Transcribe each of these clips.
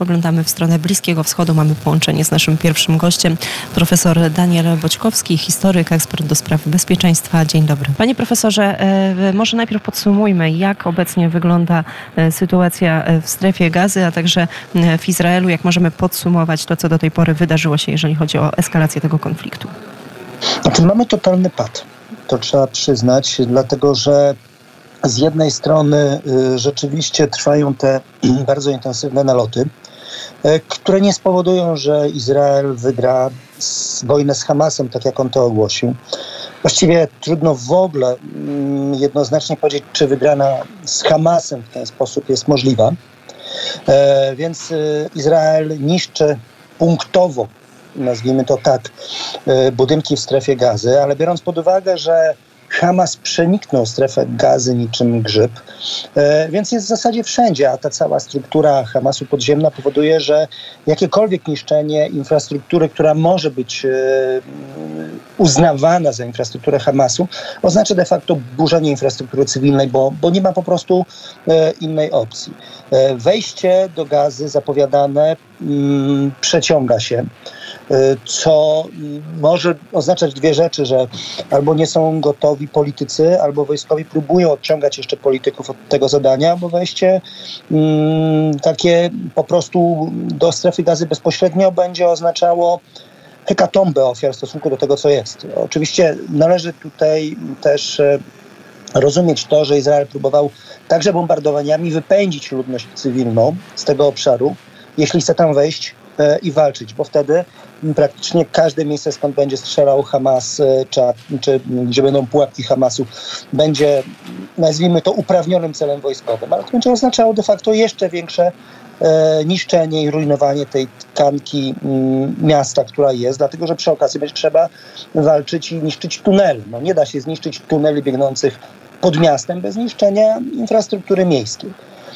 spoglądamy w stronę Bliskiego Wschodu. Mamy połączenie z naszym pierwszym gościem, profesor Daniel Boćkowski, historyk, ekspert do spraw bezpieczeństwa. Dzień dobry. Panie profesorze, może najpierw podsumujmy, jak obecnie wygląda sytuacja w strefie Gazy, a także w Izraelu. Jak możemy podsumować to, co do tej pory wydarzyło się, jeżeli chodzi o eskalację tego konfliktu? Znaczy, mamy totalny pad. To trzeba przyznać, dlatego że z jednej strony rzeczywiście trwają te bardzo intensywne naloty, które nie spowodują, że Izrael wygra wojnę z Hamasem, tak jak on to ogłosił. Właściwie trudno w ogóle jednoznacznie powiedzieć, czy wygrana z Hamasem w ten sposób jest możliwa. Więc Izrael niszczy punktowo, nazwijmy to tak, budynki w strefie Gazy, ale biorąc pod uwagę, że Hamas przeniknął strefę Gazy niczym grzyb, więc jest w zasadzie wszędzie, a ta cała struktura Hamasu podziemna powoduje, że jakiekolwiek niszczenie infrastruktury, która może być uznawana za infrastrukturę Hamasu, oznacza de facto burzenie infrastruktury cywilnej, bo nie ma po prostu innej opcji. Wejście do Gazy zapowiadane przeciąga się, co może oznaczać dwie rzeczy, że albo nie są gotowi politycy, albo wojskowi próbują odciągać jeszcze polityków od tego zadania, bo wejście takie po prostu do strefy Gazy bezpośrednio będzie oznaczało hekatombę ofiar w stosunku do tego, co jest. Oczywiście należy tutaj też rozumieć to, że Izrael próbował także bombardowaniami wypędzić ludność cywilną z tego obszaru, jeśli chce tam wejść i walczyć, bo wtedy praktycznie każde miejsce, skąd będzie strzelał Hamas, czy gdzie będą pułapki Hamasu, będzie, nazwijmy to, uprawnionym celem wojskowym, ale to będzie oznaczało de facto jeszcze większe niszczenie i rujnowanie tej tkanki miasta, która jest, dlatego że przy okazji będzie trzeba walczyć i niszczyć tunele. No, nie da się zniszczyć tuneli biegnących pod miastem bez niszczenia infrastruktury miejskiej.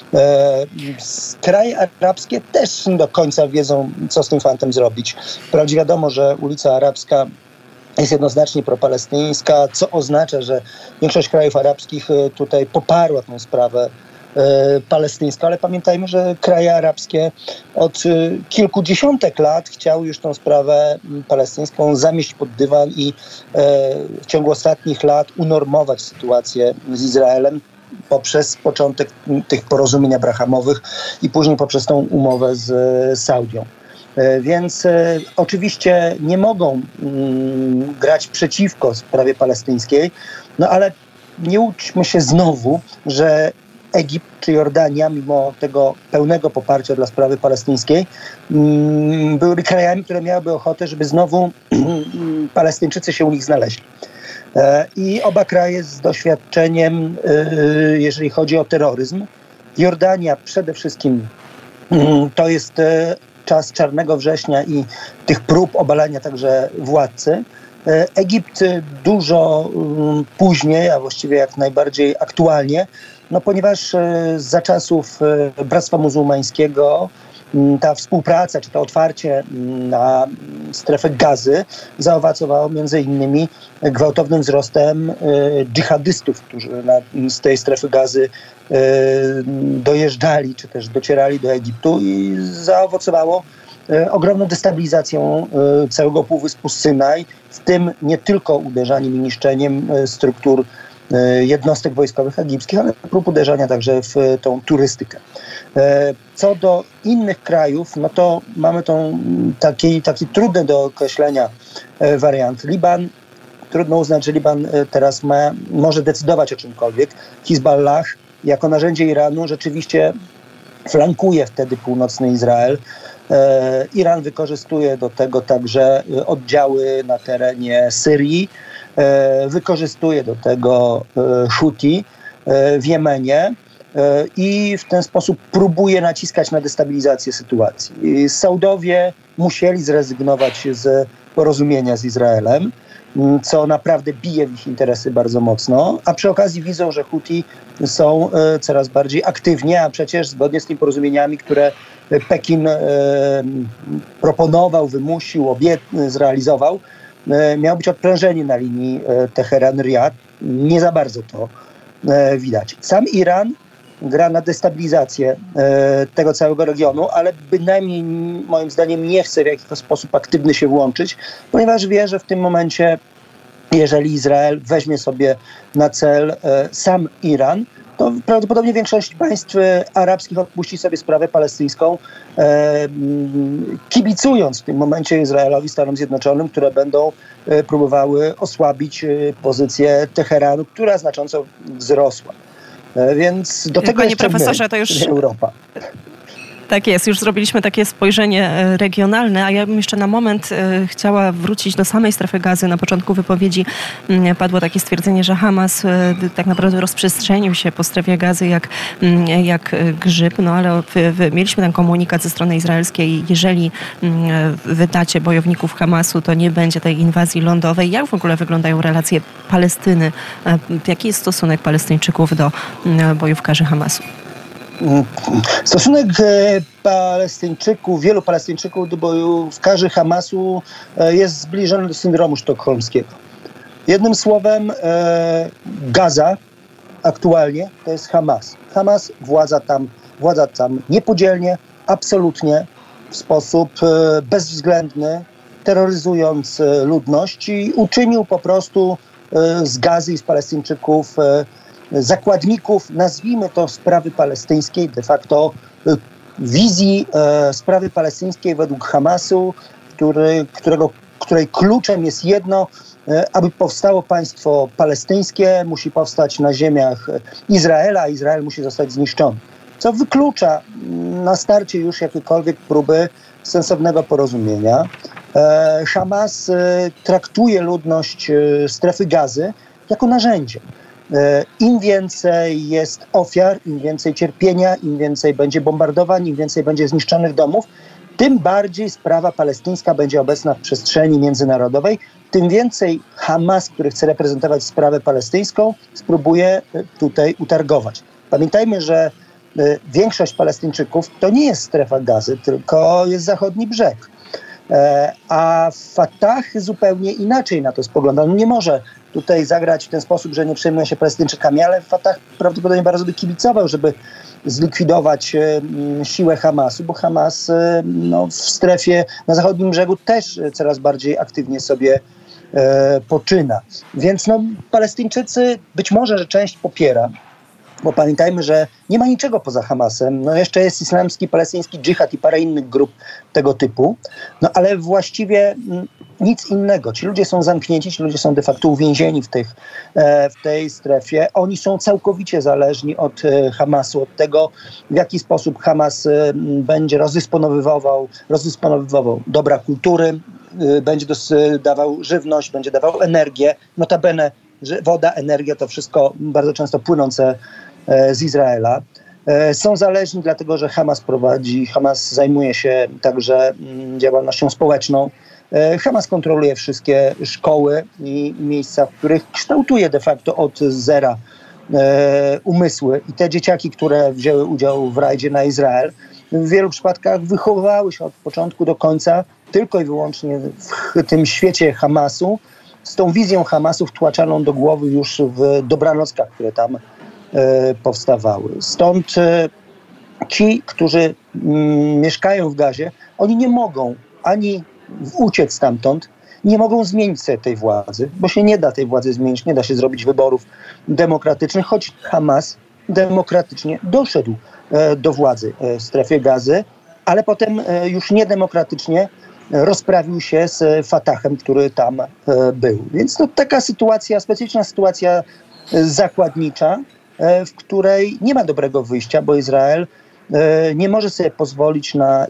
Kraje arabskie też nie do końca wiedzą, co z tym fantem zrobić. Wprawdzie wiadomo, że ulica Arabska jest jednoznacznie propalestyńska, co oznacza, że większość krajów arabskich tutaj poparła tę sprawę palestyńską, ale pamiętajmy, że kraje arabskie od kilkudziesiątek lat chciały już tę sprawę palestyńską zamieść pod dywan i w ciągu ostatnich lat unormować sytuację z Izraelem poprzez początek tych porozumień abrahamowych i później poprzez tą umowę z Saudią. Więc oczywiście nie mogą grać przeciwko sprawie palestyńskiej, no ale nie łudźmy się znowu, że Egipt czy Jordania, mimo tego pełnego poparcia dla sprawy palestyńskiej, byłyby krajami, które miałyby ochotę, żeby znowu Palestyńczycy się u nich znaleźli. I oba kraje z doświadczeniem, jeżeli chodzi o terroryzm. Jordania przede wszystkim to jest czas Czarnego Września i tych prób obalania także władcy. Egipt dużo później, a właściwie jak najbardziej aktualnie, no ponieważ za czasów Bractwa Muzułmańskiego ta współpraca, czy to otwarcie na strefę Gazy zaowocowało między innymi gwałtownym wzrostem dżihadystów, którzy z tej strefy Gazy dojeżdżali, czy też docierali do Egiptu i zaowocowało ogromną destabilizacją całego półwyspu Synaj, w tym nie tylko uderzaniem i niszczeniem struktur jednostek wojskowych egipskich, ale prób uderzania także w tą turystykę. Co do innych krajów, no to mamy taki trudny do określenia wariant. Liban, trudno uznać, że Liban teraz może decydować o czymkolwiek. Hizballah jako narzędzie Iranu rzeczywiście flankuje wtedy północny Izrael. Iran wykorzystuje do tego także oddziały na terenie Syrii, wykorzystuje do tego Huti w Jemenie i w ten sposób próbuje naciskać na destabilizację sytuacji. Saudowie musieli zrezygnować z porozumienia z Izraelem, co naprawdę bije w ich interesy bardzo mocno, a przy okazji widzą, że Huti są coraz bardziej aktywni, a przecież zgodnie z tymi porozumieniami, które Pekin proponował, wymusił, zrealizował, miało być odprężenie na linii Teheran-Riyad. Nie za bardzo to widać. Sam Iran gra na destabilizację tego całego regionu, ale bynajmniej moim zdaniem nie chce w jakiś sposób aktywny się włączyć, ponieważ wie, że w tym momencie, jeżeli Izrael weźmie sobie na cel sam Iran, to prawdopodobnie większość państw arabskich odpuści sobie sprawę palestyńską, kibicując w tym momencie Izraelowi, Stanom Zjednoczonym, które będą próbowały osłabić pozycję Teheranu, która znacząco wzrosła. Więc do tego Panie profesorze, to już Europa. Tak jest, już zrobiliśmy takie spojrzenie regionalne, a ja bym jeszcze na moment chciała wrócić do samej strefy Gazy. Na początku wypowiedzi padło takie stwierdzenie, że Hamas tak naprawdę rozprzestrzenił się po strefie Gazy jak grzyb, no ale mieliśmy ten komunikat ze strony izraelskiej, jeżeli wydacie bojowników Hamasu, to nie będzie tej inwazji lądowej. Jak w ogóle wyglądają relacje Palestyny? Jaki jest stosunek Palestyńczyków do bojówkarzy Hamasu? Stosunek wielu Palestyńczyków do bojówkarzy Hamasu jest zbliżony do syndromu sztokholmskiego. Jednym słowem, Gaza aktualnie to jest Hamas. Hamas władza tam niepodzielnie, absolutnie, w sposób bezwzględny, terroryzując ludność i uczynił po prostu z Gazy i z Palestyńczyków zakładników, nazwijmy to, sprawy palestyńskiej, de facto wizji sprawy palestyńskiej według Hamasu, której kluczem jest jedno: aby powstało państwo palestyńskie, musi powstać na ziemiach Izraela, a Izrael musi zostać zniszczony. Co wyklucza na starcie już jakiekolwiek próby sensownego porozumienia. Hamas traktuje ludność strefy Gazy jako narzędzie. Im więcej jest ofiar, im więcej cierpienia, im więcej będzie bombardowań, im więcej będzie zniszczonych domów, tym bardziej sprawa palestyńska będzie obecna w przestrzeni międzynarodowej, tym więcej Hamas, który chce reprezentować sprawę palestyńską, spróbuje tutaj utargować. Pamiętajmy, że większość Palestyńczyków to nie jest strefa Gazy, tylko jest zachodni brzeg. A Fatah zupełnie inaczej na to spogląda. No nie może tutaj zagrać w ten sposób, że nie przejmuje się Palestyńczykami, ale Fatah prawdopodobnie bardzo by kibicował, żeby zlikwidować siłę Hamasu, bo Hamas w strefie na zachodnim brzegu też coraz bardziej aktywnie sobie poczyna. Więc Palestyńczycy być może, że część popiera, bo pamiętajmy, że nie ma niczego poza Hamasem. Jeszcze jest islamski, palestyński dżihad i parę innych grup tego typu. Ale właściwie nic innego. Ci ludzie są zamknięci, ci ludzie są de facto uwięzieni w tej strefie. Oni są całkowicie zależni od Hamasu, od tego, w jaki sposób Hamas będzie rozdysponowywał dobra kultury, będzie dawał żywność, będzie dawał energię. Notabene, że woda, energia to wszystko bardzo często płynące z Izraela. Są zależni dlatego, że Hamas zajmuje się także działalnością społeczną. Hamas kontroluje wszystkie szkoły i miejsca, w których kształtuje de facto od zera umysły. I te dzieciaki, które wzięły udział w rajdzie na Izrael, w wielu przypadkach wychowywały się od początku do końca tylko i wyłącznie w tym świecie Hamasu, z tą wizją Hamasu wtłaczaną do głowy już w dobranockach, które tam powstawały. Stąd ci, którzy mieszkają w Gazie, oni nie mogą ani uciec stamtąd, nie mogą zmienić sobie tej władzy, bo się nie da tej władzy zmienić, nie da się zrobić wyborów demokratycznych, choć Hamas demokratycznie doszedł do władzy w strefie Gazy, ale potem już niedemokratycznie rozprawił się z Fatahem, który tam był. Więc to taka sytuacja, specyficzna sytuacja zakładnicza, w której nie ma dobrego wyjścia, bo Izrael nie może sobie pozwolić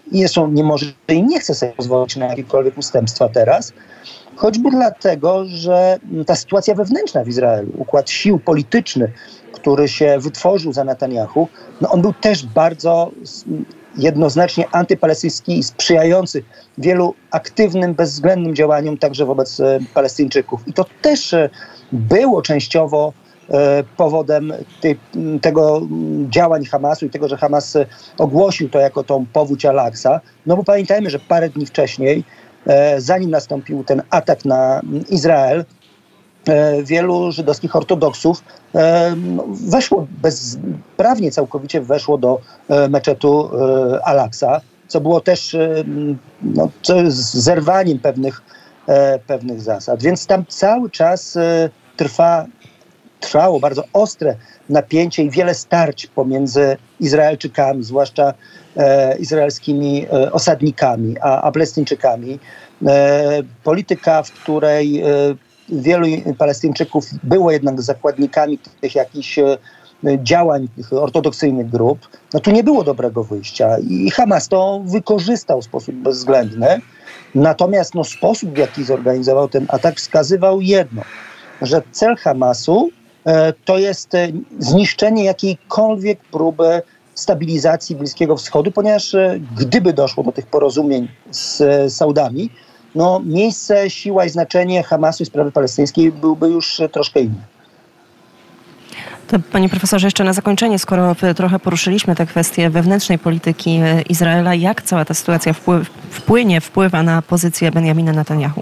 nie chce sobie pozwolić na jakiekolwiek ustępstwa teraz, choćby dlatego, że ta sytuacja wewnętrzna w Izraelu, układ sił polityczny, który się wytworzył za Netanyahu, on był też bardzo jednoznacznie antypalestyński i sprzyjający wielu aktywnym, bezwzględnym działaniom także wobec Palestyńczyków. I to też było częściowo powodem tego działań Hamasu i tego, że Hamas ogłosił to jako tą powódź Al-Aqsa. Bo pamiętajmy, że parę dni wcześniej, zanim nastąpił ten atak na Izrael, wielu żydowskich ortodoksów weszło, bezprawnie całkowicie weszło do meczetu Al-Aqsa, co było też zerwaniem pewnych zasad. Więc tam cały czas trwało bardzo ostre napięcie i wiele starć pomiędzy Izraelczykami, zwłaszcza izraelskimi osadnikami, a Palestyńczykami. Polityka, w której wielu Palestyńczyków było jednak zakładnikami tych jakichś działań tych ortodoksyjnych grup, no tu nie było dobrego wyjścia i Hamas to wykorzystał w sposób bezwzględny. Natomiast sposób, w jaki zorganizował ten atak, wskazywał jedno, że cel Hamasu to jest zniszczenie jakiejkolwiek próby stabilizacji Bliskiego Wschodu, ponieważ gdyby doszło do tych porozumień z Saudami, miejsce, siła i znaczenie Hamasu i sprawy palestyńskiej byłby już troszkę inne. To, panie profesorze, jeszcze na zakończenie, skoro trochę poruszyliśmy tę kwestię wewnętrznej polityki Izraela, jak cała ta sytuacja wpływa na pozycję Benjamina Netanjahu?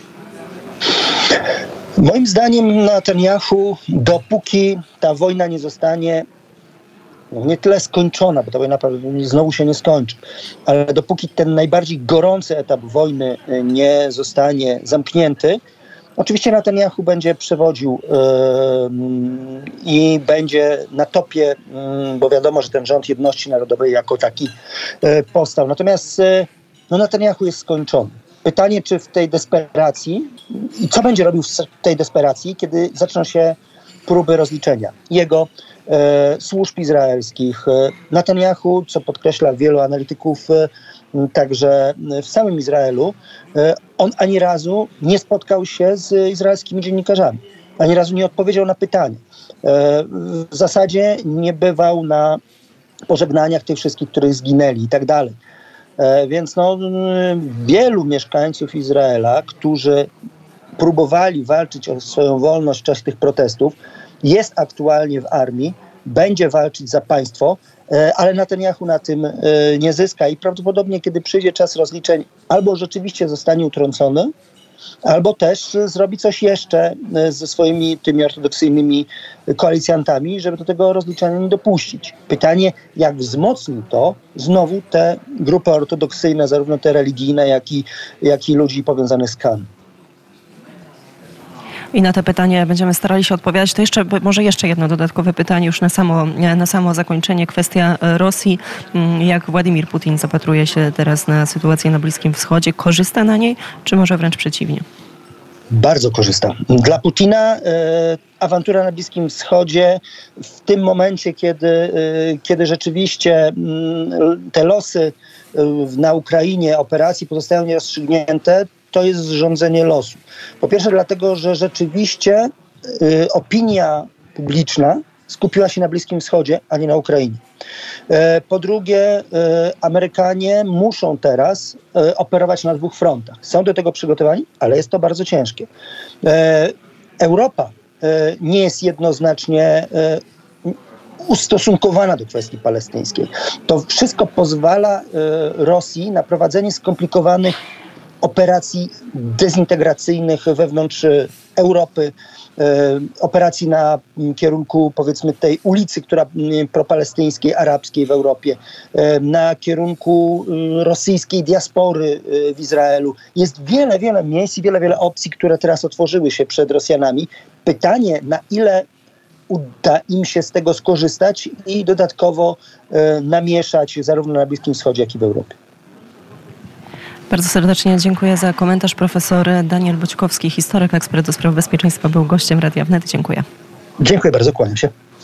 Moim zdaniem Netanjahu, dopóki ta wojna nie zostanie nie tyle skończona, bo ta wojna znowu się nie skończy, ale dopóki ten najbardziej gorący etap wojny nie zostanie zamknięty, oczywiście Netanjahu będzie przewodził i będzie na topie, bo wiadomo, że ten rząd jedności narodowej jako taki powstał. Natomiast Netanjahu jest skończony. Pytanie, czy w tej desperacji i co będzie robił w tej desperacji, kiedy zaczną się próby rozliczenia jego służb izraelskich. Netanjahu, co podkreśla wielu analityków, także w samym Izraelu, on ani razu nie spotkał się z izraelskimi dziennikarzami. Ani razu nie odpowiedział na pytanie. W zasadzie nie bywał na pożegnaniach tych wszystkich, których zginęli i tak dalej. Więc wielu mieszkańców Izraela, którzy próbowali walczyć o swoją wolność w czasie tych protestów, jest aktualnie w armii, będzie walczyć za państwo, ale Netanjahu na tym nie zyska i prawdopodobnie, kiedy przyjdzie czas rozliczeń, albo rzeczywiście zostanie utrącony, albo też zrobi coś jeszcze ze swoimi tymi ortodoksyjnymi koalicjantami, żeby do tego rozliczenia nie dopuścić. Pytanie, jak wzmocni to znowu te grupy ortodoksyjne, zarówno te religijne, jak i ludzi powiązanych z KAN. I na te pytanie będziemy starali się odpowiadać. To może jeszcze jedno dodatkowe pytanie już na samo zakończenie. Kwestia Rosji. Jak Władimir Putin zapatruje się teraz na sytuację na Bliskim Wschodzie? Korzysta na niej, czy może wręcz przeciwnie? Bardzo korzysta. Dla Putina awantura na Bliskim Wschodzie w tym momencie, kiedy rzeczywiście te losy na Ukrainie, operacji pozostają nierozstrzygnięte, to jest zrządzenie losu. Po pierwsze dlatego, że rzeczywiście opinia publiczna skupiła się na Bliskim Wschodzie, a nie na Ukrainie. Po drugie, Amerykanie muszą teraz operować na dwóch frontach. Są do tego przygotowani, ale jest to bardzo ciężkie. Europa nie jest jednoznacznie ustosunkowana do kwestii palestyńskiej. To wszystko pozwala Rosji na prowadzenie skomplikowanych operacji dezintegracyjnych wewnątrz Europy, operacji na kierunku, powiedzmy, tej ulicy, która propalestyńskiej, arabskiej w Europie, na kierunku rosyjskiej diaspory w Izraelu. Jest wiele miejsc i wiele opcji, które teraz otworzyły się przed Rosjanami. Pytanie, na ile uda im się z tego skorzystać i dodatkowo namieszać zarówno na Bliskim Wschodzie, jak i w Europie. Bardzo serdecznie dziękuję za komentarz. Profesor Daniel Boćkowski, historyk, ekspert do spraw bezpieczeństwa, był gościem Radia Wnet. Dziękuję. Dziękuję bardzo, kłaniam się.